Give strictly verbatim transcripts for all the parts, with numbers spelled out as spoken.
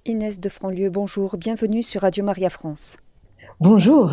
Inès de Franlieu, bonjour, bienvenue sur Radio Maria France. Bonjour.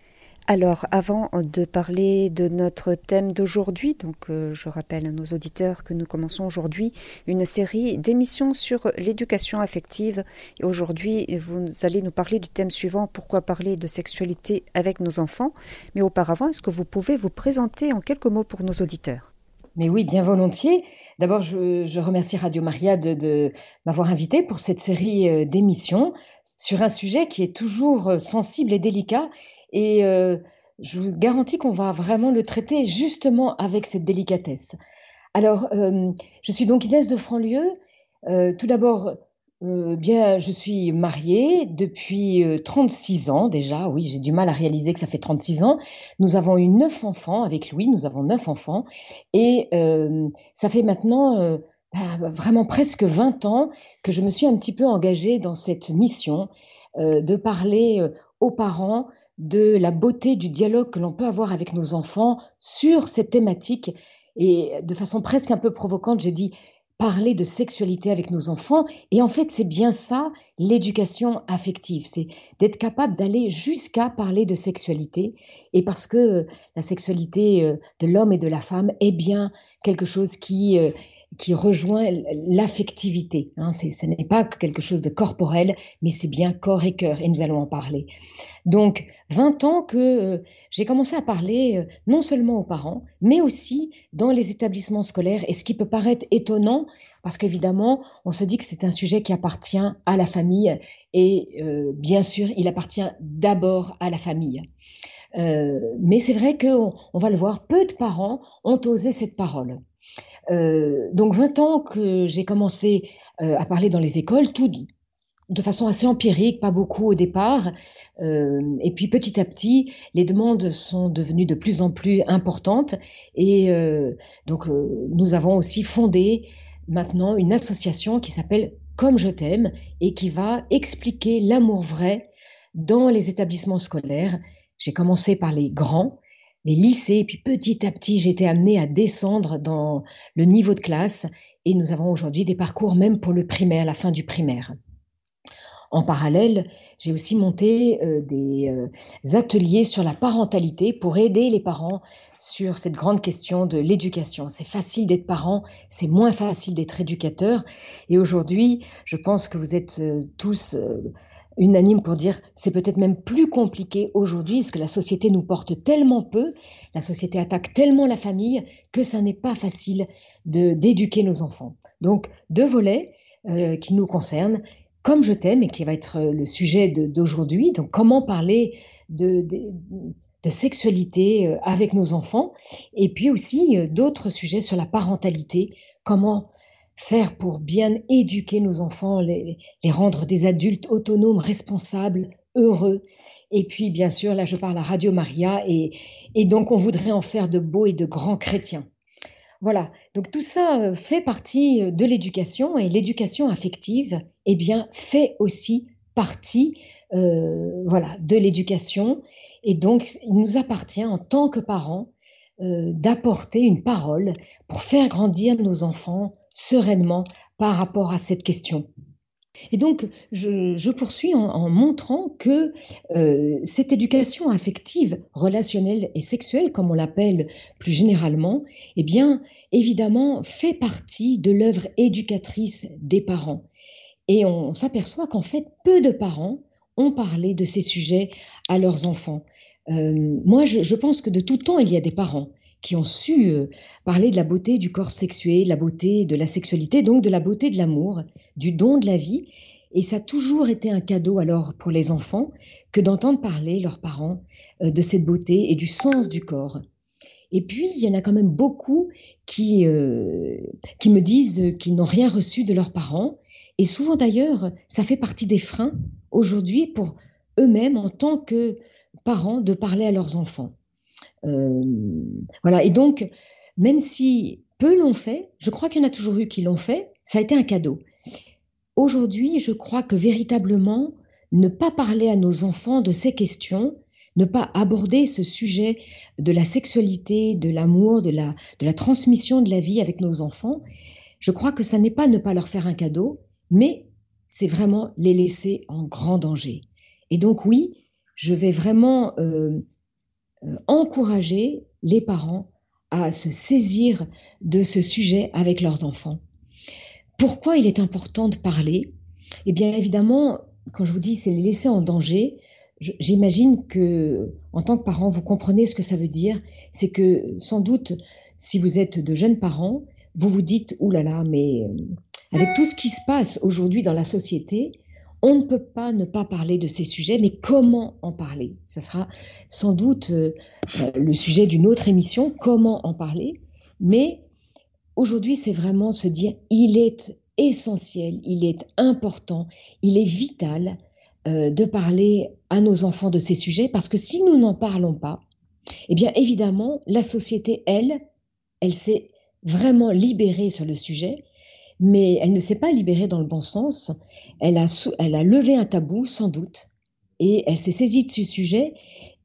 Alors, avant de parler de notre thème d'aujourd'hui, donc euh, je rappelle à nos auditeurs que nous commençons aujourd'hui une série d'émissions sur l'éducation affective. Et aujourd'hui, vous allez nous parler du thème suivant, pourquoi parler de sexualité avec nos enfants. Mais auparavant, est-ce que vous pouvez vous présenter en quelques mots pour nos auditeurs ? Mais oui, bien volontiers. D'abord, je, je remercie Radio Maria de, de m'avoir invité pour cette série euh, d'émissions sur un sujet qui est toujours euh, sensible et délicat. Et euh, je vous garantis qu'on va vraiment le traiter justement avec cette délicatesse. Alors, euh, je suis donc Inès de Franlieu. Euh, tout d'abord, euh, bien, je suis mariée depuis euh, trente-six ans déjà. Oui, j'ai du mal à réaliser que ça fait trente-six ans. Nous avons eu neuf enfants avec Louis, nous avons neuf enfants. Et euh, ça fait maintenant euh, bah, vraiment presque vingt ans que je me suis un petit peu engagée dans cette mission euh, de parler euh, aux parents de la beauté du dialogue que l'on peut avoir avec nos enfants sur cette thématique. Et de façon presque un peu provocante, j'ai dit parler de sexualité avec nos enfants. Et en fait, c'est bien ça, l'éducation affective. C'est d'être capable d'aller jusqu'à parler de sexualité. Et parce que la sexualité de l'homme et de la femme est bien quelque chose qui, qui rejoint l'affectivité. Hein. C'est, ce n'est pas quelque chose de corporel, mais c'est bien corps et cœur. Et nous allons en parler. Donc, vingt ans que euh, j'ai commencé à parler euh, non seulement aux parents, mais aussi dans les établissements scolaires. Et ce qui peut paraître étonnant, parce qu'évidemment, on se dit que c'est un sujet qui appartient à la famille. Et euh, bien sûr, il appartient d'abord à la famille. Euh, mais c'est vrai qu'on on va le voir, peu de parents ont osé cette parole. Euh, donc, vingt ans que j'ai commencé euh, à parler dans les écoles, tout de façon assez empirique, pas beaucoup au départ. Euh, et puis petit à petit, les demandes sont devenues de plus en plus importantes. Et euh, donc, euh, nous avons aussi fondé maintenant une association qui s'appelle Comme je t'aime et qui va expliquer l'amour vrai dans les établissements scolaires. J'ai commencé par les grands, les lycées, et puis petit à petit, j'ai été amenée à descendre dans le niveau de classe. Et nous avons aujourd'hui des parcours même pour le primaire, la fin du primaire. En parallèle, j'ai aussi monté euh, des euh, ateliers sur la parentalité pour aider les parents sur cette grande question de l'éducation. C'est facile d'être parent, c'est moins facile d'être éducateur. Et aujourd'hui, je pense que vous êtes euh, tous euh, unanimes pour dire que c'est peut-être même plus compliqué aujourd'hui, parce que la société nous porte tellement peu, la société attaque tellement la famille, que ça n'est pas facile de, d'éduquer nos enfants. Donc, deux volets euh, qui nous concernent. Comme je t'aime, et qui va être le sujet de, d'aujourd'hui, donc comment parler de, de, de sexualité avec nos enfants, et puis aussi d'autres sujets sur la parentalité, comment faire pour bien éduquer nos enfants, les, les rendre des adultes autonomes, responsables, heureux. Et puis, bien sûr, là, je parle à Radio Maria, et, et donc on voudrait en faire de beaux et de grands chrétiens. Voilà, donc tout ça fait partie de l'éducation et l'éducation affective, eh bien, fait aussi partie euh, voilà, de l'éducation. Et donc, il nous appartient en tant que parents euh, d'apporter une parole pour faire grandir nos enfants sereinement par rapport à cette question. Et donc, je, je poursuis en, en montrant que euh, cette éducation affective, relationnelle et sexuelle, comme on l'appelle plus généralement, eh bien, évidemment, fait partie de l'œuvre éducatrice des parents. Et on, on s'aperçoit qu'en fait, peu de parents ont parlé de ces sujets à leurs enfants. Euh, moi, je, je pense que de tout temps, il y a des parents qui ont su euh, parler de la beauté du corps sexué, la beauté de la sexualité, donc de la beauté de l'amour, du don de la vie. Et ça a toujours été un cadeau alors pour les enfants que d'entendre parler leurs parents euh, de cette beauté et du sens du corps. Et puis, il y en a quand même beaucoup qui, euh, qui me disent qu'ils n'ont rien reçu de leurs parents. Et souvent d'ailleurs, ça fait partie des freins aujourd'hui pour eux-mêmes en tant que parents de parler à leurs enfants. Euh, voilà, et donc, même si peu l'ont fait, je crois qu'il y en a toujours eu qui l'ont fait, ça a été un cadeau. Aujourd'hui, je crois que véritablement, ne pas parler à nos enfants de ces questions, ne pas aborder ce sujet de la sexualité, de l'amour, de la, de la transmission de la vie avec nos enfants, je crois que ça n'est pas ne pas leur faire un cadeau, mais c'est vraiment les laisser en grand danger. Et donc oui, je vais vraiment euh, euh, encourager les parents à se saisir de ce sujet avec leurs enfants. Pourquoi il est important de parler? Eh bien évidemment, quand je vous dis c'est les laisser en danger, j'imagine que en tant que parent, vous comprenez ce que ça veut dire. C'est que sans doute, si vous êtes de jeunes parents, vous vous dites, ouh là là, mais avec tout ce qui se passe aujourd'hui dans la société, on ne peut pas ne pas parler de ces sujets, mais comment en parler? Ça sera sans doute euh, le sujet d'une autre émission, comment en parler. Mais aujourd'hui, c'est vraiment se dire, il est essentiel, il est important, il est vital euh, de parler à nos enfants de ces sujets, parce que si nous n'en parlons pas, eh bien évidemment, la société, elle, elle s'est vraiment libérée sur le sujet, mais elle ne s'est pas libérée dans le bon sens. Elle a, elle a levé un tabou, sans doute, et elle s'est saisie de ce sujet,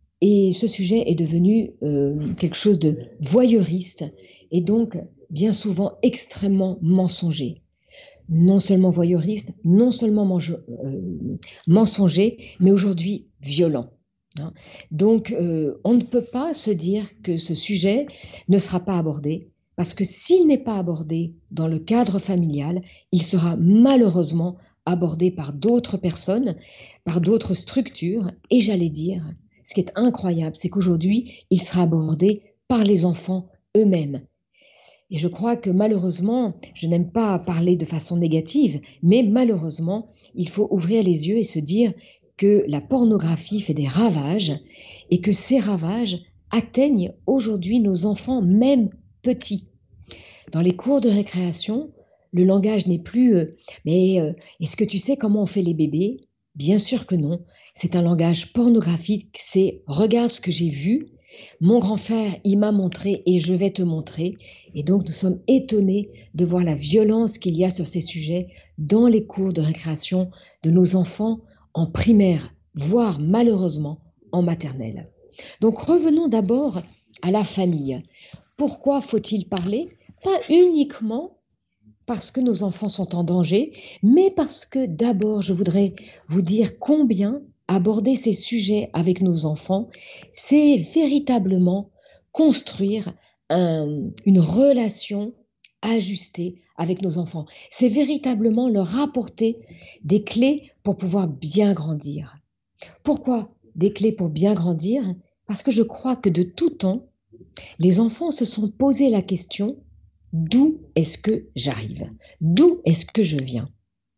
et ce sujet est devenu euh, quelque chose de voyeuriste, et donc bien souvent extrêmement mensonger. Non seulement voyeuriste, non seulement mange, euh, mensonger, mais aujourd'hui violent. Hein. Donc, euh, on ne peut pas se dire que ce sujet ne sera pas abordé, parce que s'il n'est pas abordé dans le cadre familial, il sera malheureusement abordé par d'autres personnes, par d'autres structures, et j'allais dire, ce qui est incroyable, c'est qu'aujourd'hui, il sera abordé par les enfants eux-mêmes. Et je crois que malheureusement, je n'aime pas parler de façon négative, mais malheureusement, il faut ouvrir les yeux et se dire que la pornographie fait des ravages et que ces ravages atteignent aujourd'hui nos enfants, même petits. Dans les cours de récréation, le langage n'est plus euh, « mais euh, est-ce que tu sais comment on fait les bébés ?» Bien sûr que non. C'est un langage pornographique, c'est « regarde ce que j'ai vu ». Mon grand frère, il m'a montré et je vais te montrer. Et donc, nous sommes étonnés de voir la violence qu'il y a sur ces sujets dans les cours de récréation de nos enfants en primaire, voire malheureusement en maternelle. Donc, revenons d'abord à la famille. Pourquoi faut-il parler? Pas uniquement parce que nos enfants sont en danger, mais parce que d'abord, je voudrais vous dire combien aborder ces sujets avec nos enfants, c'est véritablement construire un, une relation ajustée avec nos enfants. C'est véritablement leur apporter des clés pour pouvoir bien grandir. Pourquoi des clés pour bien grandir? Parce que je crois que de tout temps, les enfants se sont posé la question: d'où est-ce que j'arrive? D'où est-ce que je viens?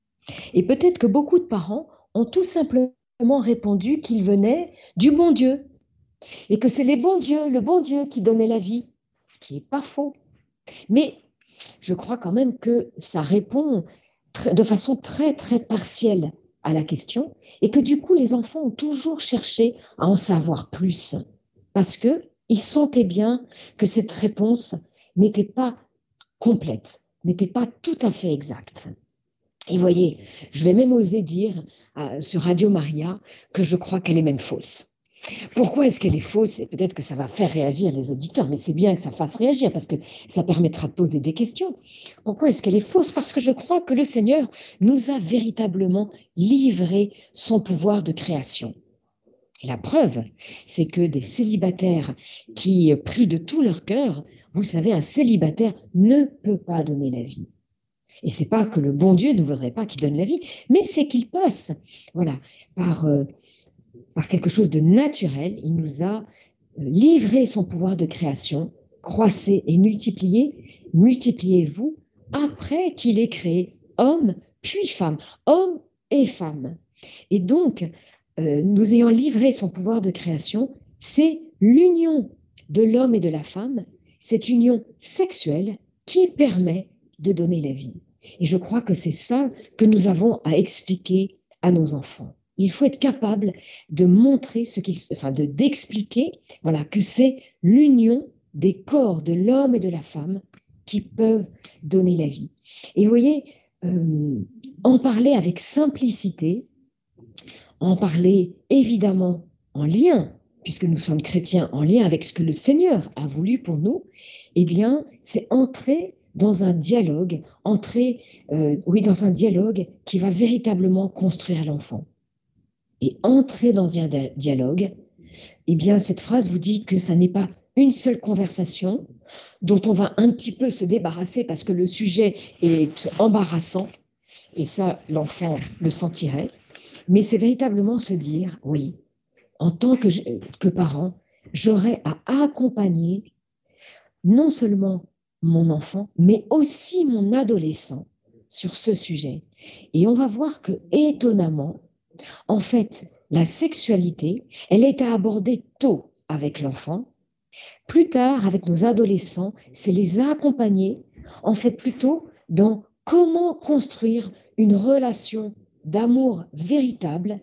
Et peut-être que beaucoup de parents ont tout simplement répondu qu'ils venaient du bon Dieu et que c'est les bons dieux, le bon Dieu qui donnait la vie, ce qui n'est pas faux. Mais je crois quand même que ça répond de façon très, très partielle à la question et que du coup, les enfants ont toujours cherché à en savoir plus parce qu'ils sentaient bien que cette réponse n'était pas complète, n'était pas tout à fait exacte. Et voyez, je vais même oser dire euh, sur Radio Maria que je crois qu'elle est même fausse. Pourquoi est-ce qu'elle est fausse? Et peut-être que ça va faire réagir les auditeurs, mais c'est bien que ça fasse réagir parce que ça permettra de poser des questions. Pourquoi est-ce qu'elle est fausse? Parce que je crois que le Seigneur nous a véritablement livré son pouvoir de création. Et la preuve, c'est que des célibataires qui prient de tout leur cœur, vous savez, un célibataire ne peut pas donner la vie. Et c'est pas que le bon Dieu ne voudrait pas qu'il donne la vie, mais c'est qu'il passe, voilà, par, euh, par quelque chose de naturel. Il nous a euh, livré son pouvoir de création, croissez et multipliez, multipliez-vous, après qu'il ait créé homme puis femme, homme et femme. Et donc, euh, nous ayant livré son pouvoir de création, c'est l'union de l'homme et de la femme, cette union sexuelle qui permet de donner la vie. Et je crois que c'est ça que nous avons à expliquer à nos enfants. Il faut être capable de montrer ce qu'il, enfin, de, d'expliquer, voilà, que c'est l'union des corps de l'homme et de la femme qui peuvent donner la vie. Et vous voyez, euh, en parler avec simplicité, en parler évidemment en lien, puisque nous sommes chrétiens, en lien avec ce que le Seigneur a voulu pour nous, eh bien, c'est entrer dans un dialogue, entrer, euh, oui, dans un dialogue qui va véritablement construire l'enfant. Et entrer dans un dialogue, eh bien, cette phrase vous dit que ça n'est pas une seule conversation dont on va un petit peu se débarrasser parce que le sujet est embarrassant, et ça, l'enfant le sentirait, mais c'est véritablement se dire, oui, en tant que, que parent, j'aurai à accompagner non seulement mon enfant, mais aussi mon adolescent sur ce sujet. Et on va voir que, étonnamment, en fait, la sexualité, elle est à aborder tôt avec l'enfant. Plus tard, avec nos adolescents, c'est les accompagner, en fait, plutôt dans comment construire une relation d'amour véritable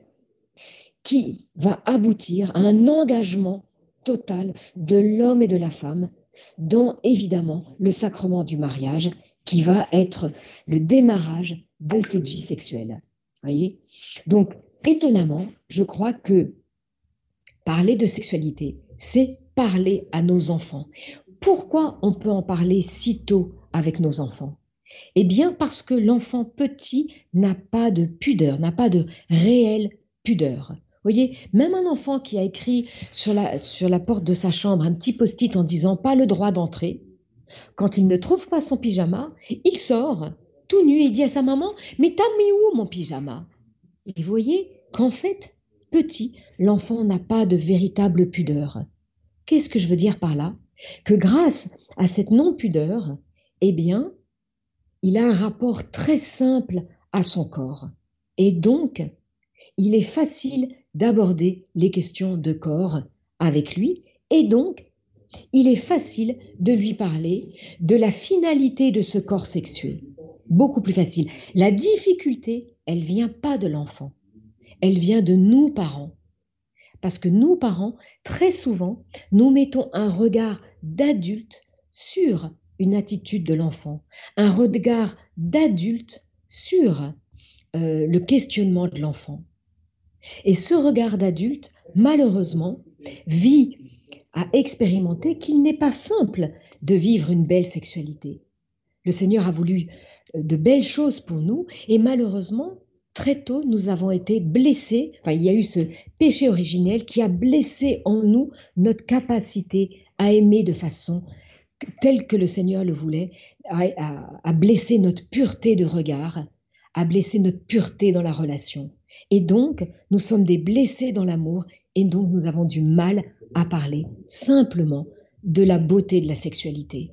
qui va aboutir à un engagement total de l'homme et de la femme dans, évidemment, le sacrement du mariage qui va être le démarrage de cette vie sexuelle. Voyez ? Donc, étonnamment, je crois que parler de sexualité, c'est parler à nos enfants. Pourquoi on peut en parler si tôt avec nos enfants ? Eh bien, parce que l'enfant petit n'a pas de pudeur, n'a pas de réelle pudeur. Vous voyez, même un enfant qui a écrit sur la, sur la porte de sa chambre un petit post-it en disant « pas le droit d'entrer », quand il ne trouve pas son pyjama, il sort tout nu et dit à sa maman « mais t'as mis où mon pyjama ?» Et vous voyez qu'en fait, petit, l'enfant n'a pas de véritable pudeur. Qu'est-ce que je veux dire par là ? Que grâce à cette non-pudeur, eh bien, il a un rapport très simple à son corps. Et donc, il est facile d'aborder les questions de corps avec lui. Et donc, il est facile de lui parler de la finalité de ce corps sexué. Beaucoup plus facile. La difficulté, elle ne vient pas de l'enfant. Elle vient de nous, parents. Parce que nous, parents, très souvent, nous mettons un regard d'adulte sur une attitude de l'enfant, un regard d'adulte sur euh, le questionnement de l'enfant. Et ce regard d'adulte, malheureusement, vit à expérimenter qu'il n'est pas simple de vivre une belle sexualité. Le Seigneur a voulu de belles choses pour nous et malheureusement, très tôt, nous avons été blessés. Enfin, il y a eu ce péché originel qui a blessé en nous notre capacité à aimer de façon telle que le Seigneur le voulait, à, à, à blesser notre pureté de regard, à blesser notre pureté dans la relation. Et donc, nous sommes des blessés dans l'amour et donc nous avons du mal à parler simplement de la beauté de la sexualité.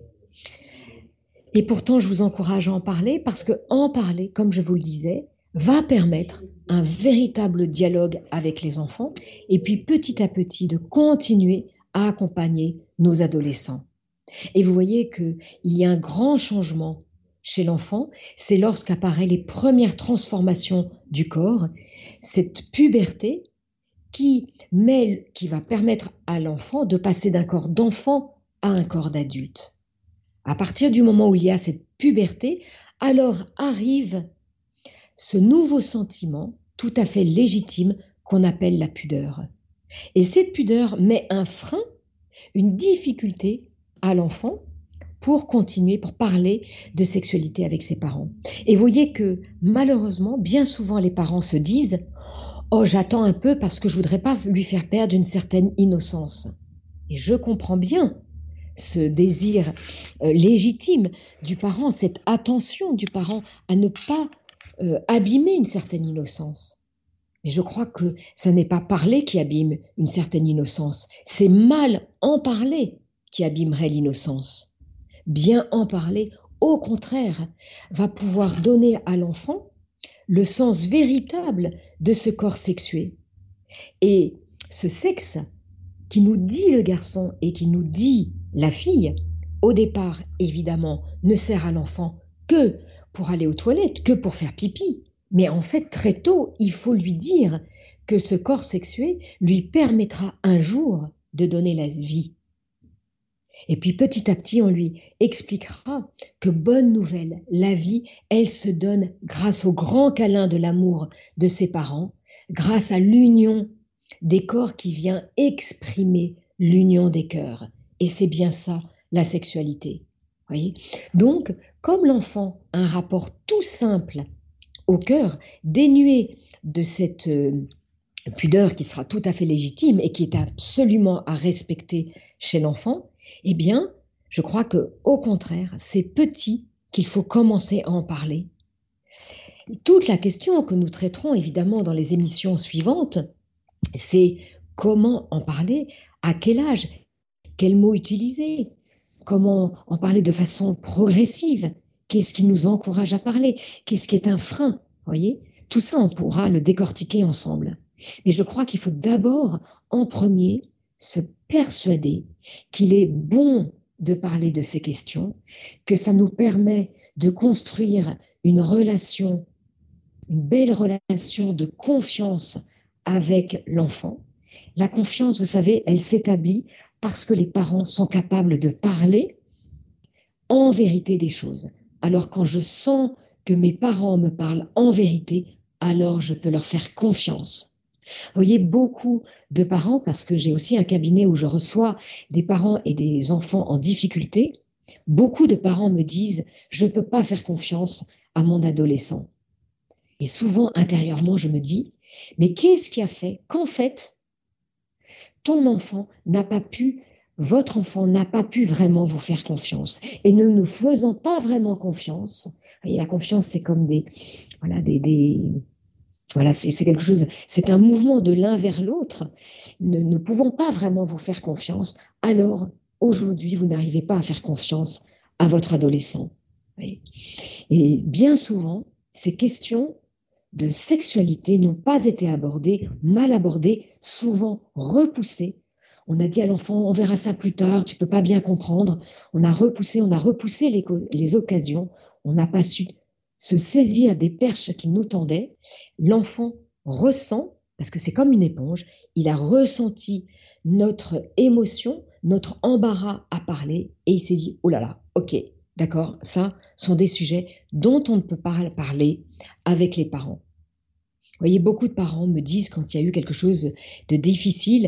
Et pourtant, je vous encourage à en parler parce que en parler, comme je vous le disais, va permettre un véritable dialogue avec les enfants et puis petit à petit de continuer à accompagner nos adolescents. Et vous voyez qu'il y a un grand changement chez l'enfant, c'est lorsqu'apparaissent les premières transformations du corps, cette puberté qui, mêle, qui va permettre à l'enfant de passer d'un corps d'enfant à un corps d'adulte. À partir du moment où il y a cette puberté, alors arrive ce nouveau sentiment tout à fait légitime qu'on appelle la pudeur. Et cette pudeur met un frein, une difficulté à l'enfant pour continuer, pour parler de sexualité avec ses parents. Et vous voyez que malheureusement, bien souvent les parents se disent « Oh, j'attends un peu parce que je ne voudrais pas lui faire perdre une certaine innocence. » Et je comprends bien ce désir euh, légitime du parent, cette attention du parent à ne pas euh, abîmer une certaine innocence. Mais je crois que ça n'est pas parler qui abîme une certaine innocence, c'est mal en parler qui abîmerait l'innocence. Bien en parler, au contraire, va pouvoir donner à l'enfant le sens véritable de ce corps sexué. Et ce sexe qui nous dit le garçon et qui nous dit la fille, au départ, évidemment, ne sert à l'enfant que pour aller aux toilettes, que pour faire pipi. Mais en fait, très tôt, il faut lui dire que ce corps sexué lui permettra un jour de donner la vie. Et puis petit à petit, on lui expliquera que bonne nouvelle, la vie, elle se donne grâce au grand câlin de l'amour de ses parents, grâce à l'union des corps qui vient exprimer l'union des cœurs. Et c'est bien ça, la sexualité. Voyez. Donc, comme l'enfant a un rapport tout simple au cœur, dénué de cette euh, pudeur qui sera tout à fait légitime et qui est absolument à respecter chez l'enfant, eh bien, je crois que au contraire, c'est petit qu'il faut commencer à en parler. Toute la question que nous traiterons évidemment dans les émissions suivantes, c'est comment en parler, à quel âge, quels mots utiliser, comment en parler de façon progressive, qu'est-ce qui nous encourage à parler, qu'est-ce qui est un frein, voyez. Tout ça, on pourra le décortiquer ensemble. Mais je crois qu'il faut d'abord, en premier, se persuader qu'il est bon de parler de ces questions, que ça nous permet de construire une relation, une belle relation de confiance avec l'enfant. La confiance, vous savez, elle s'établit parce que les parents sont capables de parler en vérité des choses. Alors quand je sens que mes parents me parlent en vérité, alors je peux leur faire confiance. Vous voyez, beaucoup de parents, parce que j'ai aussi un cabinet où je reçois des parents et des enfants en difficulté, beaucoup de parents me disent « je ne peux pas faire confiance à mon adolescent ». Et souvent, intérieurement, je me dis « mais qu'est-ce qui a fait qu'en fait, ton enfant n'a pas pu, votre enfant n'a pas pu vraiment vous faire confiance. Et ne nous faisant pas vraiment confiance, et la confiance, c'est comme des, voilà, des, des voilà, c'est quelque chose, c'est un mouvement de l'un vers l'autre. Ne, ne pouvons pas vraiment vous faire confiance. Alors, aujourd'hui, vous n'arrivez pas à faire confiance à votre adolescent. Oui. Et bien souvent, ces questions de sexualité n'ont pas été abordées, mal abordées, souvent repoussées. On a dit à l'enfant, on verra ça plus tard, tu ne peux pas bien comprendre. On a repoussé, on a repoussé les, les occasions. On n'a pas su se saisir des perches qui nous tendaient. L'enfant ressent, parce que c'est comme une éponge, il a ressenti notre émotion, notre embarras à parler, et il s'est dit, oh là là, ok, d'accord, ça sont des sujets dont on ne peut pas parler avec les parents. Vous voyez, beaucoup de parents me disent quand il y a eu quelque chose de difficile,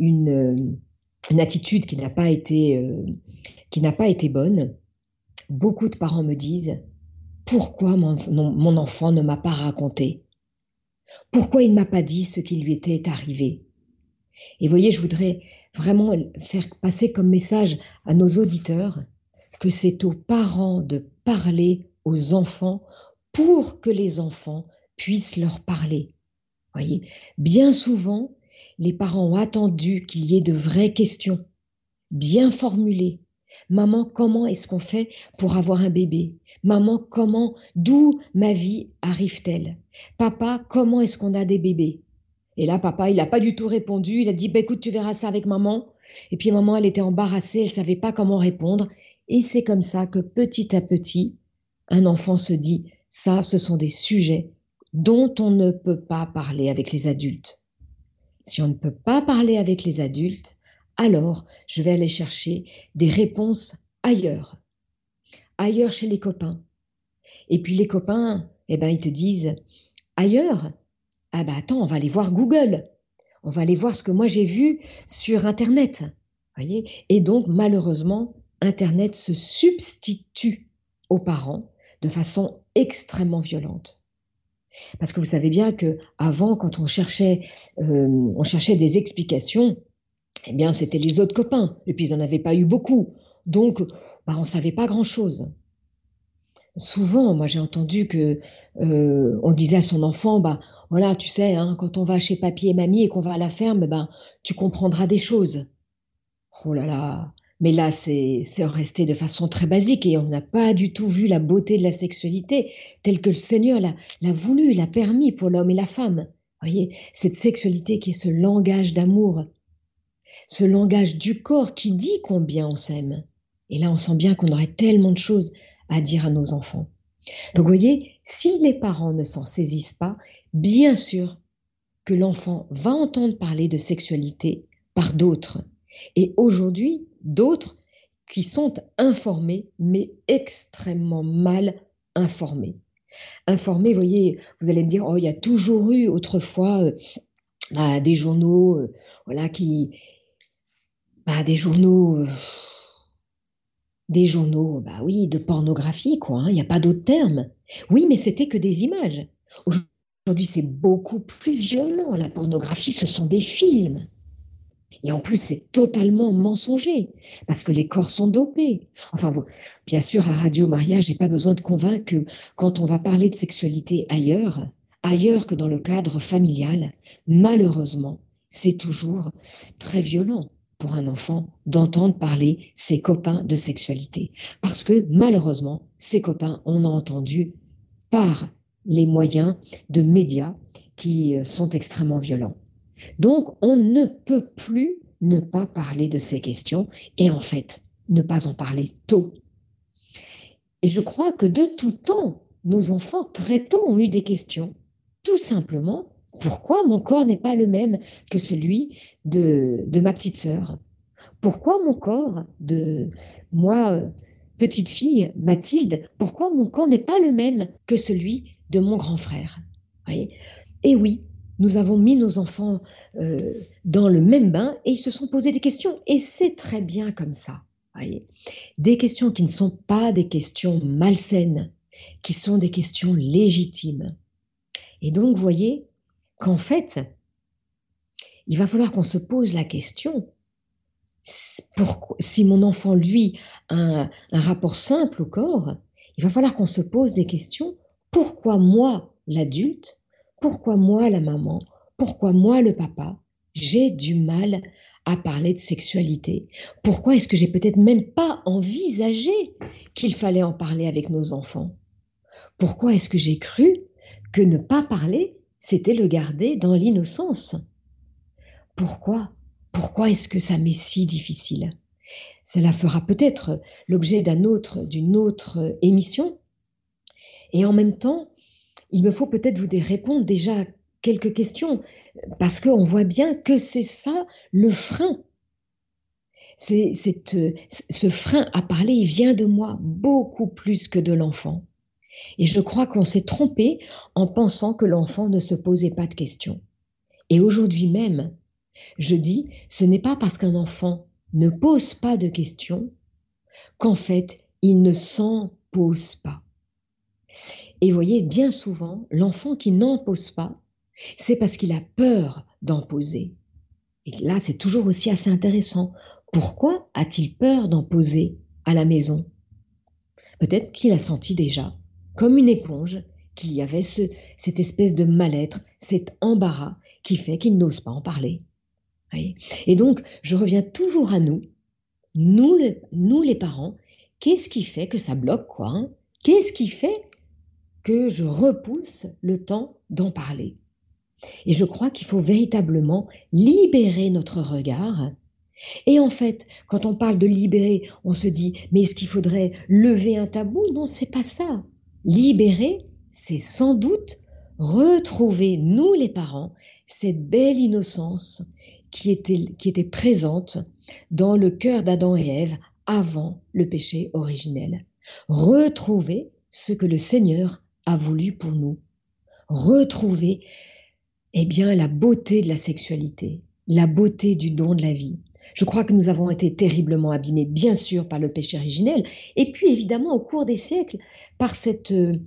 une, une attitude qui n'a pas été, euh, qui n'a pas été bonne, beaucoup de parents me disent pourquoi mon, mon enfant ne m'a pas raconté? Pourquoi il ne m'a pas dit ce qui lui était arrivé? Et vous voyez, je voudrais vraiment faire passer comme message à nos auditeurs que c'est aux parents de parler aux enfants pour que les enfants puissent leur parler. Voyez, bien souvent, les parents ont attendu qu'il y ait de vraies questions, bien formulées. Maman, comment est-ce qu'on fait pour avoir un bébé? Maman, comment, d'où ma vie arrive-t-elle? Papa, comment est-ce qu'on a des bébés? Et là, papa, il n'a pas du tout répondu. Il a dit, bah, écoute, tu verras ça avec maman. Et puis maman, elle était embarrassée, elle ne savait pas comment répondre. Et c'est comme ça que petit à petit, un enfant se dit, ça, ce sont des sujets dont on ne peut pas parler avec les adultes. Si on ne peut pas parler avec les adultes, alors je vais aller chercher des réponses ailleurs, ailleurs chez les copains. Et puis les copains, eh ben, ils te disent, ailleurs, ah ben attends, on va aller voir Google, on va aller voir ce que moi j'ai vu sur Internet. Voyez. Et donc, malheureusement, Internet se substitue aux parents de façon extrêmement violente. Parce que vous savez bien qu'avant, quand on cherchait, euh, on cherchait des explications, eh bien, c'était les autres copains. Et puis, ils n'en avaient pas eu beaucoup. Donc, bah, on ne savait pas grand-chose. Souvent, moi, j'ai entendu que euh, on disait à son enfant, bah, voilà, tu sais, hein, quand on va chez papy et mamie et qu'on va à la ferme, ben, tu comprendras des choses. Oh là là. Mais là, c'est resté de façon très basique et on n'a pas du tout vu la beauté de la sexualité telle que le Seigneur l'a voulu, l'a permis pour l'homme et la femme. Voyez, cette sexualité qui est ce langage d'amour, ce langage du corps qui dit combien on s'aime. Et là, on sent bien qu'on aurait tellement de choses à dire à nos enfants. Donc, vous voyez, si les parents ne s'en saisissent pas, bien sûr que l'enfant va entendre parler de sexualité par d'autres. Et aujourd'hui, d'autres qui sont informés, mais extrêmement mal informés. Informés, vous voyez, vous allez me dire, oh, il y a toujours eu autrefois euh, bah, des journaux, euh, voilà, qui, bah, des journaux, euh, Des journaux, bah oui, de pornographie, quoi, hein, il n'y a pas d'autre terme. Oui, mais c'était que des images. Aujourd'hui, c'est beaucoup plus violent. La pornographie, ce sont des films. Et en plus, c'est totalement mensonger, parce que les corps sont dopés. Enfin, vous- bien sûr, à Radio Maria, j'ai pas besoin de convaincre que quand on va parler de sexualité ailleurs, ailleurs que dans le cadre familial, malheureusement, c'est toujours très violent pour un enfant d'entendre parler ses copains de sexualité. Parce que malheureusement, ses copains, on a entendu par les moyens de médias qui euh, sont extrêmement violents. Donc, on ne peut plus ne pas parler de ces questions et en fait, ne pas en parler tôt. Et je crois que de tout temps, nos enfants très tôt ont eu des questions. Tout simplement, pourquoi mon corps n'est pas le même que celui de, de ma petite sœur? Pourquoi mon corps de moi, euh, petite fille, Mathilde, pourquoi mon corps n'est pas le même que celui de mon grand frère? Vous voyez. Et oui, nous avons mis nos enfants euh, dans le même bain et ils se sont posés des questions. Et c'est très bien comme ça. Voyez. Des questions qui ne sont pas des questions malsaines, qui sont des questions légitimes. Et donc, vous voyez qu'en fait, il va falloir qu'on se pose la question, pour, si mon enfant, lui, a un, un rapport simple au corps, il va falloir qu'on se pose des questions. Pourquoi moi, l'adulte, pourquoi moi, la maman, pourquoi moi, le papa, j'ai du mal à parler de sexualité? Pourquoi est-ce que j'ai peut-être même pas envisagé qu'il fallait en parler avec nos enfants? Pourquoi est-ce que j'ai cru que ne pas parler, c'était le garder dans l'innocence? Pourquoi? Pourquoi est-ce que ça m'est si difficile? Cela fera peut-être l'objet d'un autre, d'une autre émission. Et en même temps, il me faut peut-être vous répondre déjà à quelques questions, parce qu'on voit bien que c'est ça le frein. C'est, c'est, ce frein à parler, il vient de moi beaucoup plus que de l'enfant. Et je crois qu'on s'est trompé en pensant que l'enfant ne se posait pas de questions. Et aujourd'hui même, je dis, ce n'est pas parce qu'un enfant ne pose pas de questions qu'en fait, il ne s'en pose pas. Et vous voyez, bien souvent, l'enfant qui n'en pose pas, c'est parce qu'il a peur d'en poser. Et là, c'est toujours aussi assez intéressant. Pourquoi a-t-il peur d'en poser à la maison? Peut-être qu'il a senti déjà, comme une éponge, qu'il y avait ce, cette espèce de mal-être, cet embarras qui fait qu'il n'ose pas en parler. Et donc, je reviens toujours à nous, nous, le, nous les parents. Qu'est-ce qui fait que ça bloque, quoi, hein? Qu'est-ce qui fait que je repousse le temps d'en parler? Et je crois qu'il faut véritablement libérer notre regard. Et en fait, quand on parle de libérer, on se dit, mais est-ce qu'il faudrait lever un tabou? Non, c'est pas ça. Libérer, c'est sans doute retrouver, nous les parents, cette belle innocence qui était, qui était présente dans le cœur d'Adam et Ève avant le péché originel. Retrouver ce que le Seigneur a voulu pour nous. Retrouver, eh bien, la beauté de la sexualité, la beauté du don de la vie. Je crois que nous avons été terriblement abîmés, bien sûr, par le péché originel, et puis évidemment au cours des siècles, par cette, euh,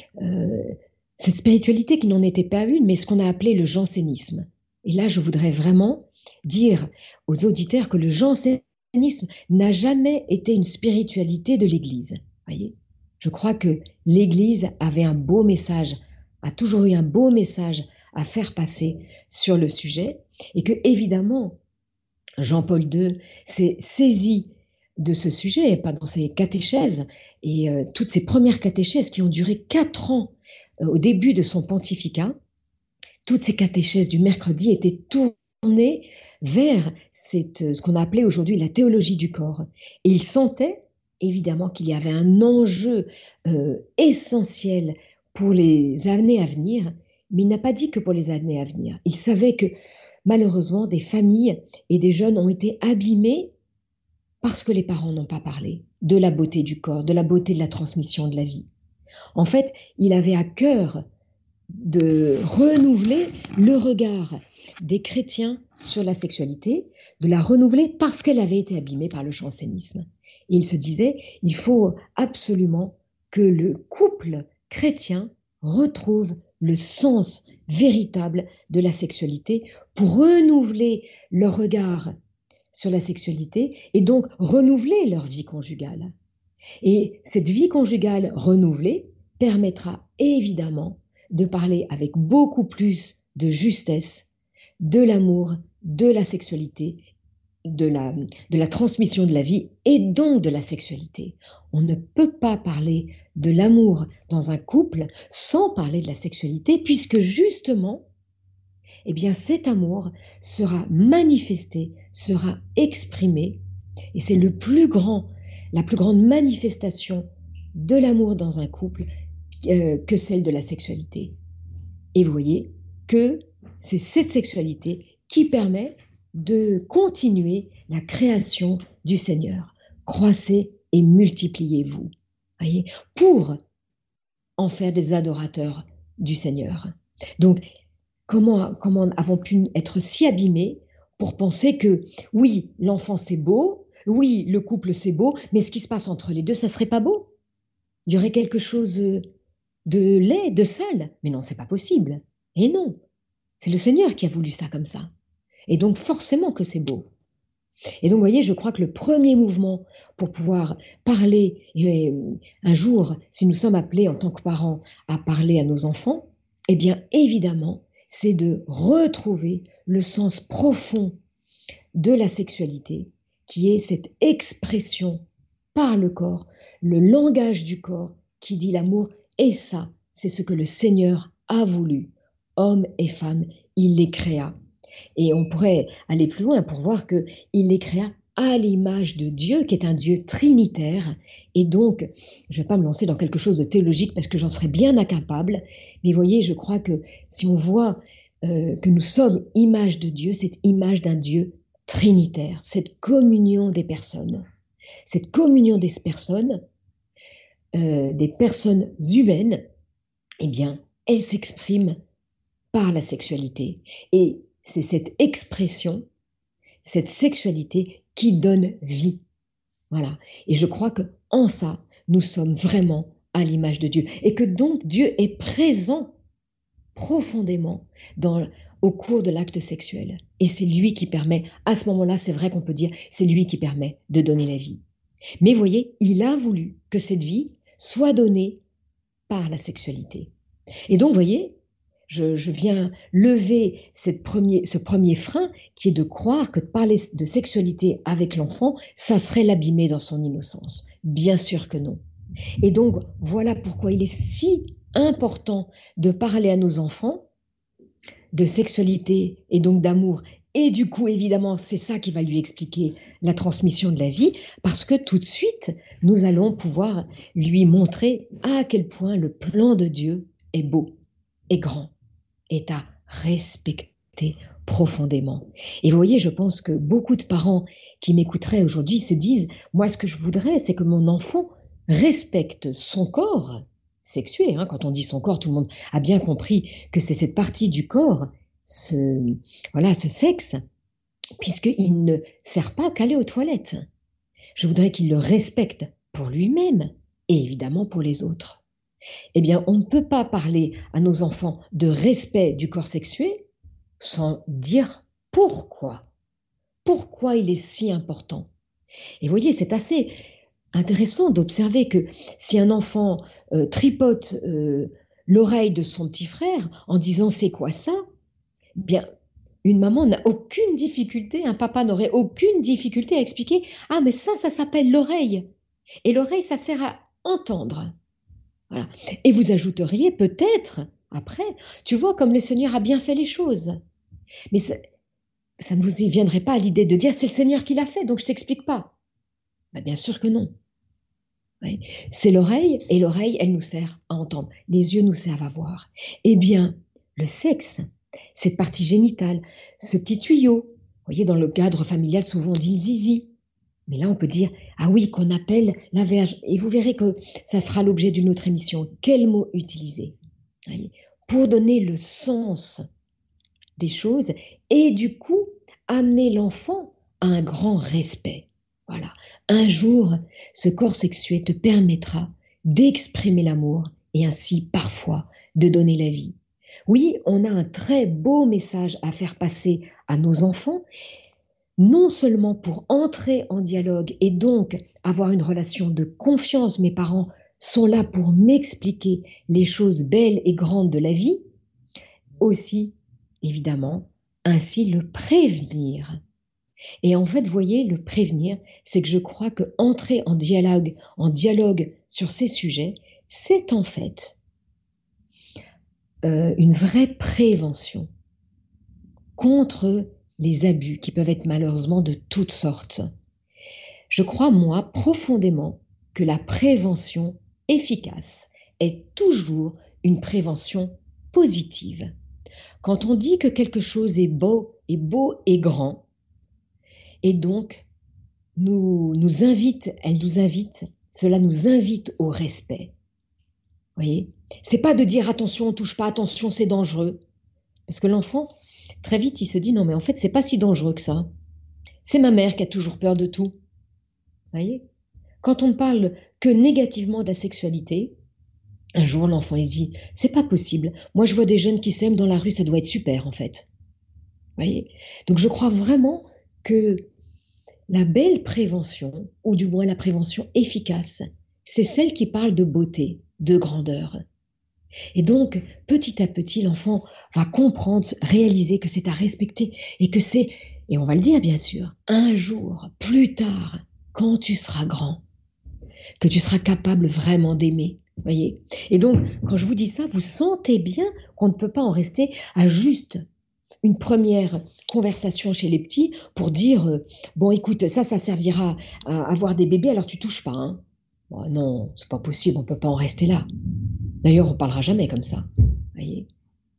cette spiritualité qui n'en était pas une, mais ce qu'on a appelé le jansénisme. Et là, je voudrais vraiment dire aux auditeurs que le jansénisme n'a jamais été une spiritualité de l'Église. Voyez, je crois que l'Église avait un beau message, a toujours eu un beau message à faire passer sur le sujet, et que évidemment, Jean-Paul deux s'est saisi de ce sujet, pas dans ses catéchèses, et euh, toutes ces premières catéchèses qui ont duré quatre ans euh, au début de son pontificat, toutes ces catéchèses du mercredi étaient tournées vers cette, ce qu'on a appelé aujourd'hui la théologie du corps. Et il sentait évidemment qu'il y avait un enjeu euh, essentiel pour les années à venir, mais il n'a pas dit que pour les années à venir. Il savait que malheureusement, des familles et des jeunes ont été abîmés parce que les parents n'ont pas parlé de la beauté du corps, de la beauté de la transmission de la vie. En fait, il avait à cœur de renouveler le regard des chrétiens sur la sexualité, de la renouveler parce qu'elle avait été abîmée par le jansénisme. Et il se disait, il faut absolument que le couple chrétien retrouve le sens véritable de la sexualité pour renouveler leur regard sur la sexualité et donc renouveler leur vie conjugale. Et cette vie conjugale renouvelée permettra évidemment de parler avec beaucoup plus de justesse de l'amour, de la sexualité, de la, de la transmission de la vie et donc de la sexualité. On ne peut pas parler de l'amour dans un couple sans parler de la sexualité, puisque justement, eh bien, cet amour sera manifesté, sera exprimé, et c'est le plus grand, la plus grande manifestation de l'amour dans un couple euh, que celle de la sexualité. Et vous voyez que c'est cette sexualité qui permet de continuer la création du Seigneur. Croissez et multipliez-vous, voyez, pour en faire des adorateurs du Seigneur. Donc, comment, comment avons pu être si abîmés pour penser que, oui, l'enfant c'est beau, oui, le couple c'est beau, mais ce qui se passe entre les deux, ça serait pas beau? Il y aurait quelque chose de laid, de sale? Mais non, c'est pas possible. Et non, c'est le Seigneur qui a voulu ça comme ça. Et donc, forcément que c'est beau. Et donc, vous voyez, je crois que le premier mouvement pour pouvoir parler, et un jour, si nous sommes appelés en tant que parents à parler à nos enfants, eh bien, évidemment, c'est de retrouver le sens profond de la sexualité, qui est cette expression par le corps, le langage du corps qui dit l'amour. Et ça, c'est ce que le Seigneur a voulu. Hommes et femmes, il les créa. Et on pourrait aller plus loin pour voir qu'il les créa à l'image de Dieu, qui est un Dieu trinitaire. Et donc, je ne vais pas me lancer dans quelque chose de théologique parce que j'en serais bien incapable. Mais voyez, je crois que si on voit euh, que nous sommes image de Dieu, c'est image d'un Dieu trinitaire, cette communion des personnes. Cette communion des personnes, euh, des personnes humaines, eh bien, elle s'exprime par la sexualité. Et c'est cette expression, cette sexualité qui donne vie. Voilà. Et je crois qu'en ça, nous sommes vraiment à l'image de Dieu. Et que donc Dieu est présent profondément dans, au cours de l'acte sexuel. Et c'est lui qui permet, à ce moment-là, c'est vrai qu'on peut dire, c'est lui qui permet de donner la vie. Mais vous voyez, il a voulu que cette vie soit donnée par la sexualité. Et donc, vous voyez, Je, je viens lever cette premier, ce premier frein qui est de croire que de parler de sexualité avec l'enfant, ça serait l'abîmer dans son innocence. Bien sûr que non. Et donc, voilà pourquoi il est si important de parler à nos enfants de sexualité et donc d'amour. Et du coup, évidemment, c'est ça qui va lui expliquer la transmission de la vie, parce que tout de suite, nous allons pouvoir lui montrer à quel point le plan de Dieu est beau et grand, est à respecter profondément. Et vous voyez, je pense que beaucoup de parents qui m'écouteraient aujourd'hui se disent, moi, ce que je voudrais, c'est que mon enfant respecte son corps sexué. Hein. Quand on dit son corps, tout le monde a bien compris que c'est cette partie du corps, ce, voilà, ce sexe, puisqu'il ne sert pas qu'à aller aux toilettes. Je voudrais qu'il le respecte pour lui-même et évidemment pour les autres. Eh bien, on ne peut pas parler à nos enfants de respect du corps sexué sans dire pourquoi. Pourquoi il est si important. Et vous voyez, c'est assez intéressant d'observer que si un enfant euh, tripote euh, l'oreille de son petit frère en disant « c'est quoi ça ?» bien, une maman n'a aucune difficulté, un papa n'aurait aucune difficulté à expliquer « ah, mais ça, ça s'appelle l'oreille. Et l'oreille, ça sert à entendre. » Voilà. Et vous ajouteriez peut-être, après, tu vois comme le Seigneur a bien fait les choses. Mais ça, ça ne vous y viendrait pas à l'idée de dire c'est le Seigneur qui l'a fait, donc je ne t'explique pas. Ben, bien sûr que non. Oui. C'est l'oreille, et l'oreille, elle nous sert à entendre. Les yeux nous servent à voir. Eh bien, le sexe, cette partie génitale, ce petit tuyau, vous voyez, dans le cadre familial, souvent on dit le zizi. Mais là, on peut dire, ah oui, qu'on appelle la verge. Et vous verrez que ça fera l'objet d'une autre émission. Quel mot utiliser? Pour donner le sens des choses et du coup, amener l'enfant à un grand respect. Voilà. Un jour, ce corps sexué te permettra d'exprimer l'amour et ainsi, parfois, de donner la vie. Oui, on a un très beau message à faire passer à nos enfants, non seulement pour entrer en dialogue et donc avoir une relation de confiance. Mes parents sont là pour m'expliquer les choses belles et grandes de la vie, aussi, évidemment, ainsi le prévenir. Et en fait, vous voyez, le prévenir, c'est que je crois que entrer en dialogue, en dialogue sur ces sujets, c'est en fait euh, une vraie prévention contre les abus qui peuvent être malheureusement de toutes sortes. Je crois, moi, profondément que la prévention efficace est toujours une prévention positive. Quand on dit que quelque chose est beau, est beau et grand, et donc nous, nous invite, elle nous invite, cela nous invite au respect. Vous voyez ? C'est pas de dire attention, on touche pas, attention, c'est dangereux. Parce que l'enfant, très vite, il se dit non, mais en fait, c'est pas si dangereux que ça. C'est ma mère qui a toujours peur de tout. Vous voyez ? Quand on ne parle que négativement de la sexualité, un jour, l'enfant, il se dit c'est pas possible. Moi, je vois des jeunes qui s'aiment dans la rue, ça doit être super, en fait. Vous voyez ? Donc, je crois vraiment que la belle prévention, ou du moins la prévention efficace, c'est celle qui parle de beauté, de grandeur. Et donc, petit à petit, l'enfant va comprendre, réaliser que c'est à respecter et que c'est, et on va le dire bien sûr, un jour, plus tard, quand tu seras grand, que tu seras capable vraiment d'aimer. Voyez ? Et donc, quand je vous dis ça, vous sentez bien qu'on ne peut pas en rester à juste une première conversation chez les petits pour dire euh, bon, écoute, ça, ça servira à avoir des bébés, alors tu touches pas. Hein. Bon, non, c'est pas possible, on peut pas en rester là. D'ailleurs, on parlera jamais comme ça, voyez.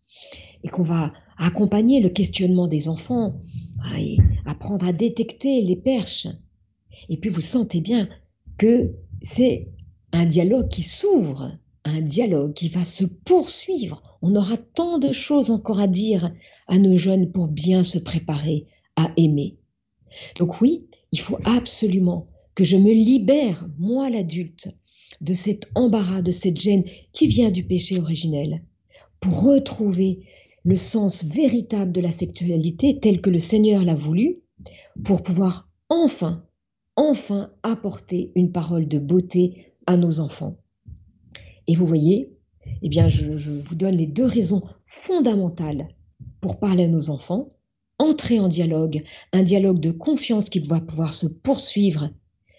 Et qu'on va accompagner le questionnement des enfants, et apprendre à détecter les perches. Et puis, vous sentez bien que c'est un dialogue qui s'ouvre, un dialogue qui va se poursuivre. On aura tant de choses encore à dire à nos jeunes pour bien se préparer à aimer. Donc oui, il faut absolument que je me libère, moi l'adulte, de cet embarras, de cette gêne qui vient du péché originel, pour retrouver le sens véritable de la sexualité tel que le Seigneur l'a voulu, pour pouvoir enfin, enfin apporter une parole de beauté à nos enfants. Et vous voyez, eh bien, je, je vous donne les deux raisons fondamentales pour parler à nos enfants. Entrer en dialogue, un dialogue de confiance qui va pouvoir se poursuivre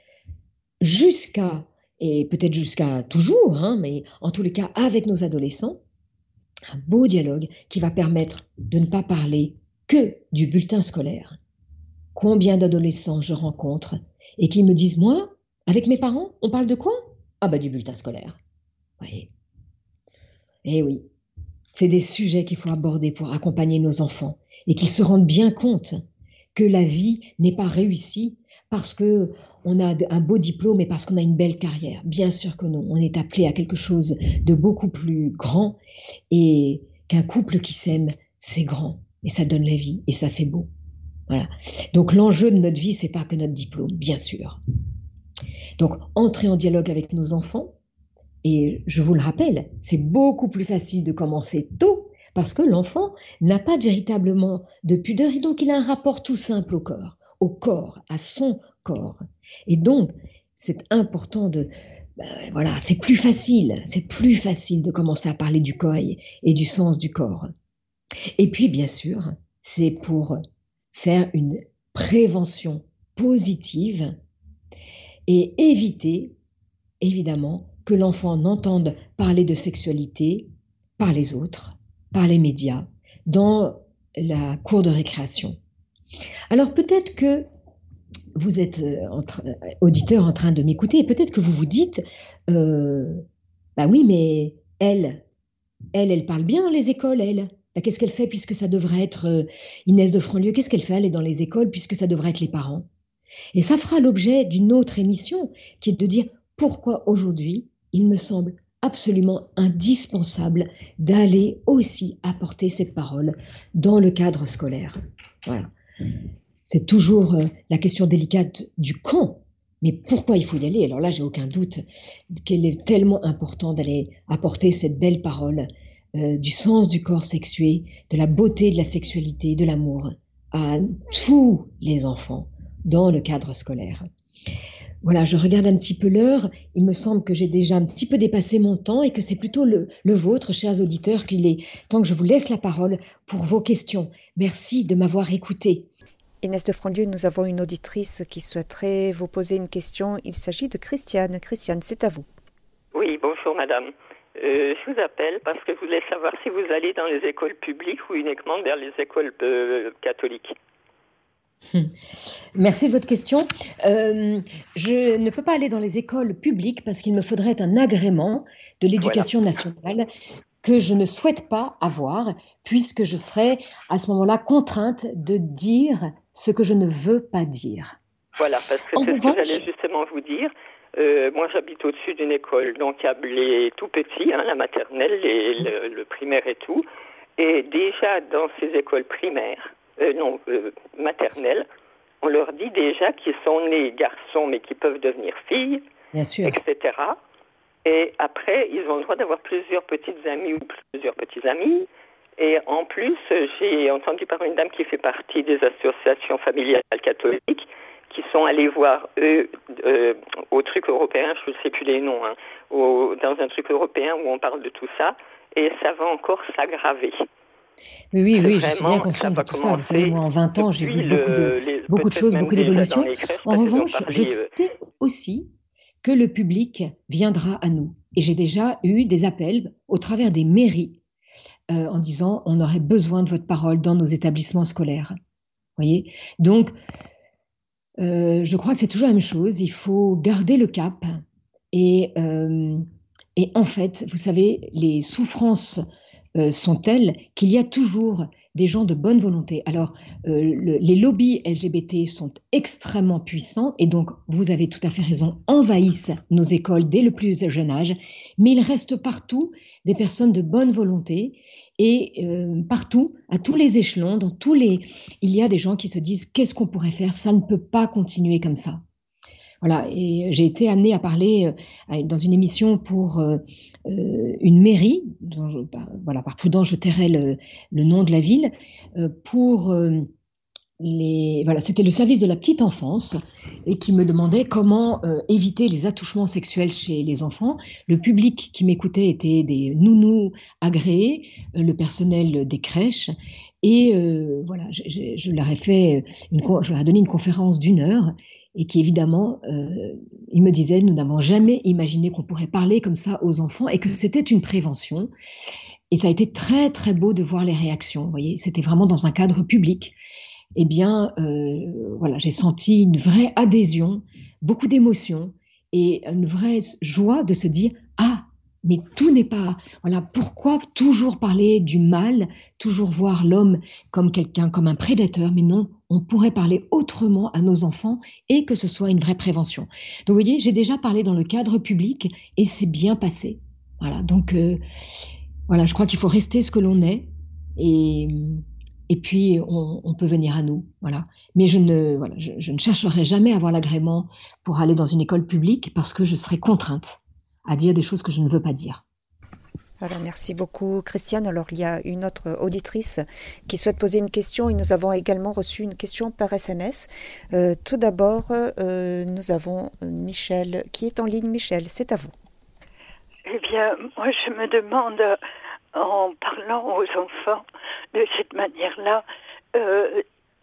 jusqu'à, et peut-être jusqu'à toujours, hein, mais en tous les cas avec nos adolescents, un beau dialogue qui va permettre de ne pas parler que du bulletin scolaire. Combien d'adolescents je rencontre et qui me disent, moi, avec mes parents, on parle de quoi ? Ah bah du bulletin scolaire. Vous voyez ? Eh oui, c'est des sujets qu'il faut aborder pour accompagner nos enfants et qu'ils se rendent bien compte que la vie n'est pas réussie parce qu'on a un beau diplôme et parce qu'on a une belle carrière. Bien sûr que non, on est appelé à quelque chose de beaucoup plus grand et qu'un couple qui s'aime, c'est grand et ça donne la vie et ça c'est beau. Voilà. Donc l'enjeu de notre vie, c'est pas que notre diplôme, bien sûr. Donc entrer en dialogue avec nos enfants, et je vous le rappelle, c'est beaucoup plus facile de commencer tôt parce que l'enfant n'a pas véritablement de pudeur et donc il a un rapport tout simple au corps, au corps, à son corps. Et donc, c'est important de... Ben, voilà, c'est plus facile, c'est plus facile de commencer à parler du corps et, et du sens du corps. Et puis, bien sûr, c'est pour faire une prévention positive et éviter, évidemment, que l'enfant n'entende parler de sexualité par les autres, par les médias, dans la cour de récréation. Alors peut-être que vous êtes euh, entre, euh, auditeur en train de m'écouter et peut-être que vous vous dites euh, bah oui, mais elle, elle, elle parle bien dans les écoles, elle. Bah, qu'est-ce qu'elle fait puisque ça devrait être euh, Inès de Franlieu, qu'est-ce qu'elle fait, elle est dans les écoles puisque ça devrait être les parents. Et ça fera l'objet d'une autre émission qui est de dire pourquoi aujourd'hui, il me semble absolument indispensable d'aller aussi apporter cette parole dans le cadre scolaire. Voilà. c'est toujours euh, la question délicate du quand. Mais pourquoi il faut y aller? Alors là, j'ai aucun doute qu'il est tellement important d'aller apporter cette belle parole euh, du sens du corps sexué, de la beauté de la sexualité, de l'amour à tous les enfants dans le cadre scolaire. Voilà, je regarde un petit peu l'heure. Il me semble que j'ai déjà un petit peu dépassé mon temps et que c'est plutôt le, le vôtre, chers auditeurs, qu'il est temps que je vous laisse la parole pour vos questions. Merci de m'avoir écouté. Inès de Franlieu, nous avons une auditrice qui souhaiterait vous poser une question. Il s'agit de Christiane. Christiane, c'est à vous. Oui, bonjour madame. Euh, je vous appelle parce que je voulais savoir si vous allez dans les écoles publiques ou uniquement vers les écoles euh, catholiques. Merci de votre question. Euh, je ne peux pas aller dans les écoles publiques parce qu'il me faudrait un agrément de l'éducation voilà. nationale que je ne souhaite pas avoir puisque je serais à ce moment-là contrainte de dire ce que je ne veux pas dire. Voilà, parce que en c'est revanche, ce que j'allais justement vous dire. Euh, moi, j'habite au-dessus d'une école, donc il y a les tout petits, hein, la maternelle, les, le, le primaire et tout. Et déjà, dans ces écoles primaires, euh, non, euh, maternelles, on leur dit déjà qu'ils sont nés garçons, mais qui peuvent devenir filles, bien sûr. et cetera. Et après, ils ont le droit d'avoir plusieurs petites amies ou plusieurs petits amis. Et en plus, j'ai entendu parler d'une dame qui fait partie des associations familiales catholiques, qui sont allés voir, eux, euh, au truc européen, je ne sais plus les noms, hein, au, dans un truc européen où on parle de tout ça, et ça va encore s'aggraver. Oui, oui, oui, je suis bien consciente de tout ça. Vous savez, moi, en vingt ans, j'ai vu beaucoup de, les, beaucoup de choses, beaucoup d'évolutions. En revanche, parlé, je sais euh... aussi que le public viendra à nous. Et j'ai déjà eu des appels au travers des mairies euh, en disant on aurait besoin de votre parole dans nos établissements scolaires. Vous voyez ? Donc, Euh, je crois que c'est toujours la même chose. Il faut garder le cap. Et, euh, et en fait, vous savez, les souffrances euh, sont telles qu'il y a toujours des gens de bonne volonté. Alors, euh, le, les lobbies L G B T sont extrêmement puissants et donc, vous avez tout à fait raison, envahissent nos écoles dès le plus jeune âge. Mais il reste partout des personnes de bonne volonté. Et euh, partout, à tous les échelons, dans tous les, il y a des gens qui se disent qu'est-ce qu'on pourrait faire? Ça ne peut pas continuer comme ça. Voilà. Et j'ai été amenée à parler euh, dans une émission pour euh, euh, une mairie, dont je, bah, voilà, par prudence je tairai le, le nom de la ville, euh, pour euh, les, voilà, c'était le service de la petite enfance et qui me demandait comment euh, éviter les attouchements sexuels chez les enfants. Le public qui m'écoutait était des nounous agréés, euh, le personnel des crèches. Et euh, voilà, je, je, je leur ai fait une, je leur ai donné une conférence d'une heure et qui évidemment, euh, ils me disaient, nous n'avons jamais imaginé qu'on pourrait parler comme ça aux enfants et que c'était une prévention. Et ça a été très très beau de voir les réactions. Vous voyez, c'était vraiment dans un cadre public. Eh bien, euh, voilà, j'ai senti une vraie adhésion, beaucoup d'émotions et une vraie joie de se dire « Ah, mais tout n'est pas… Voilà, pourquoi toujours parler du mal, toujours voir l'homme comme quelqu'un, comme un prédateur, mais non, on pourrait parler autrement à nos enfants et que ce soit une vraie prévention. » Donc, vous voyez, j'ai déjà parlé dans le cadre public et c'est bien passé. Voilà, donc, euh, voilà, je crois qu'il faut rester ce que l'on est et… Et puis, on, on peut venir à nous, voilà. Mais je ne, voilà, je, je ne chercherai jamais à avoir l'agrément pour aller dans une école publique parce que je serai contrainte à dire des choses que je ne veux pas dire. Alors, merci beaucoup, Christiane. Alors, il y a une autre auditrice qui souhaite poser une question et nous avons également reçu une question par S M S. Euh, tout d'abord, euh, nous avons Michel qui est en ligne. Michel, c'est à vous. Eh bien, moi, je me demande… en parlant aux enfants de cette manière-là, euh,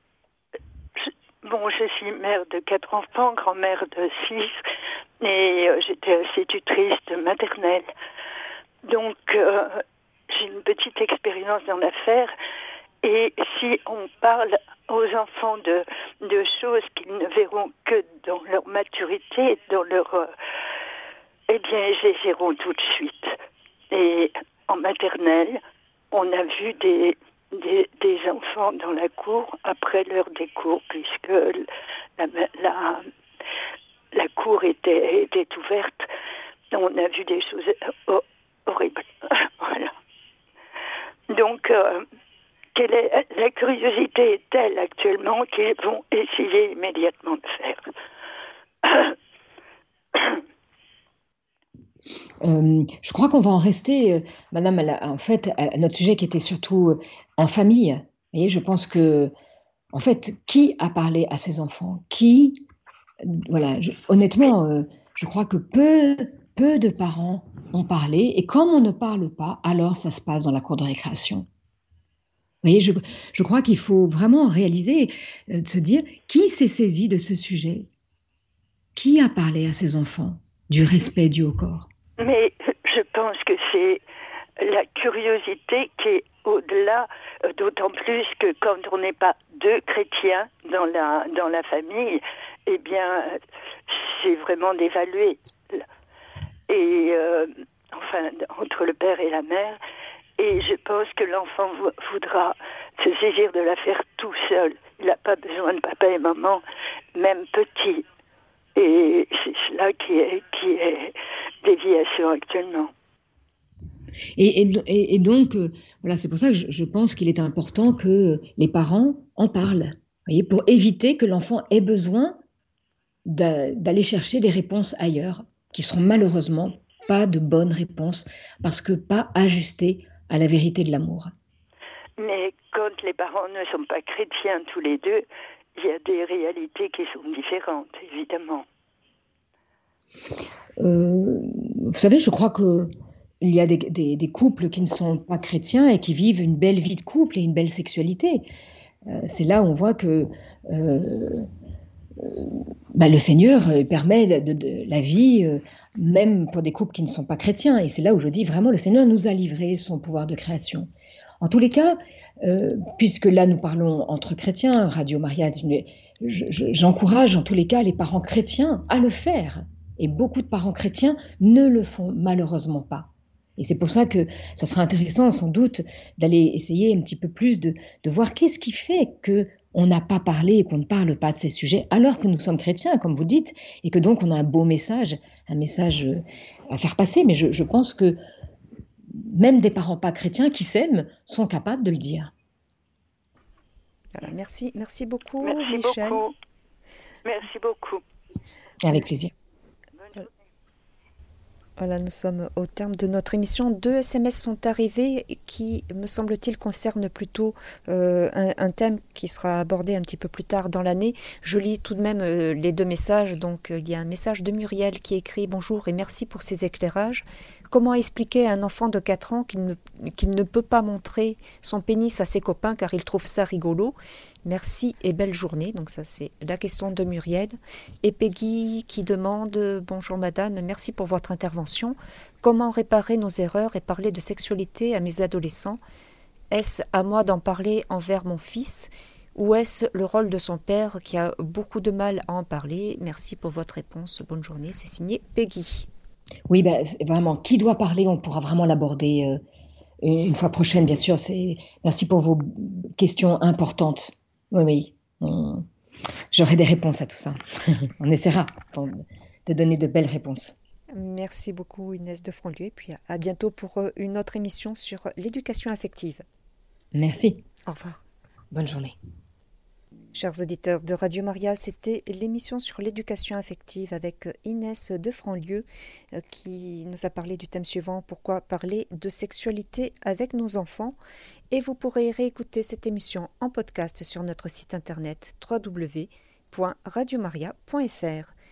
je, bon, je suis mère de quatre enfants, grand-mère de six, et euh, j'étais institutrice de maternelle. Donc, euh, j'ai une petite expérience dans l'affaire, et si on parle aux enfants de, de choses qu'ils ne verront que dans leur maturité, dans leur… Euh, eh bien, ils les verront tout de suite. Et en maternelle, on a vu des, des, des enfants dans la cour après l'heure des cours, puisque la, la, la cour était, était ouverte. On a vu des choses horribles. Voilà. Donc, euh, quelle est la curiosité est telle actuellement qu'ils vont essayer immédiatement de faire. Euh, je crois qu'on va en rester, euh, Madame, à la- en fait, à notre sujet qui était surtout euh, en famille. Vous voyez, je pense que, en fait, qui a parlé à ses enfants? Qui, euh, voilà, je- honnêtement, euh, je crois que peu, peu de parents ont parlé. Et comme on ne parle pas, alors ça se passe dans la cour de récréation. Vous voyez, je, je crois qu'il faut vraiment réaliser, euh, de se dire, qui s'est saisi de ce sujet? Qui a parlé à ses enfants du respect dû au corps? Mais je pense que c'est la curiosité qui est au-delà, euh, d'autant plus que quand on n'est pas deux chrétiens dans la, dans la famille, eh bien, c'est vraiment d'évaluer. Et, euh, enfin, entre le père et la mère. Et je pense que l'enfant voudra se saisir de la faire tout seul. Il n'a pas besoin de papa et maman, même petit. Et c'est cela qui est, qui est déviation actuellement. Et, et, et donc, euh, voilà, c'est pour ça que je, je pense qu'il est important que les parents en parlent, voyez, pour éviter que l'enfant ait besoin d'aller chercher des réponses ailleurs, qui seront malheureusement pas de bonnes réponses, parce que pas ajustées à la vérité de l'amour. Mais quand les parents ne sont pas chrétiens tous les deux, il y a des réalités qui sont différentes, évidemment. Euh, vous savez, je crois que il y a des, des, des couples qui ne sont pas chrétiens et qui vivent une belle vie de couple et une belle sexualité. Euh, c'est là où on voit que euh, euh, bah, le Seigneur permet de, de, de la vie, euh, même pour des couples qui ne sont pas chrétiens. Et c'est là où je dis vraiment, le Seigneur nous a livré son pouvoir de création. En tous les cas, euh, puisque là nous parlons entre chrétiens, Radio Maria, je, je, j'encourage en tous les cas les parents chrétiens à le faire. Et beaucoup de parents chrétiens ne le font malheureusement pas. Et c'est pour ça que ça sera intéressant sans doute d'aller essayer un petit peu plus de, de voir qu'est-ce qui fait qu'on n'a pas parlé et qu'on ne parle pas de ces sujets alors que nous sommes chrétiens, comme vous dites, et que donc on a un beau message, un message à faire passer. Mais je, je pense que même des parents pas chrétiens qui s'aiment sont capables de le dire. Voilà, merci, merci beaucoup, merci Michel. Beaucoup. Merci beaucoup. Avec plaisir. Voilà, nous sommes au terme de notre émission. Deux S M S sont arrivés qui, me semble-t-il, concernent plutôt euh, un, un thème qui sera abordé un petit peu plus tard dans l'année. Je lis tout de même euh, les deux messages. Donc, euh, il y a un message de Muriel qui écrit « Bonjour et merci pour ces éclairages. Comment expliquer à un enfant de quatre ans qu'il ne, qu'il ne peut pas montrer son pénis à ses copains car il trouve ça rigolo ? Merci et belle journée. » Donc ça, c'est la question de Muriel. Et Peggy qui demande « Bonjour madame, merci pour votre intervention. Comment réparer nos erreurs et parler de sexualité à mes adolescents ? Est-ce à moi d'en parler envers mon fils ? Ou est-ce le rôle de son père qui a beaucoup de mal à en parler ? Merci pour votre réponse. Bonne journée. » C'est signé Peggy. Oui, ben, vraiment, qui doit parler, on pourra vraiment l'aborder euh, une fois prochaine, bien sûr. C'est... Merci pour vos questions importantes. Oui, oui, on... j'aurai des réponses à tout ça. On essaiera de donner de belles réponses. Merci beaucoup Inès de Franlieu et puis à bientôt pour une autre émission sur l'éducation affective. Merci. Au revoir. Bonne journée. Chers auditeurs de Radio Maria, c'était l'émission sur l'éducation affective avec Inès de Franlieu qui nous a parlé du thème suivant, pourquoi parler de sexualité avec nos enfants. Et vous pourrez réécouter cette émission en podcast sur notre site internet w w w point radio maria point f r.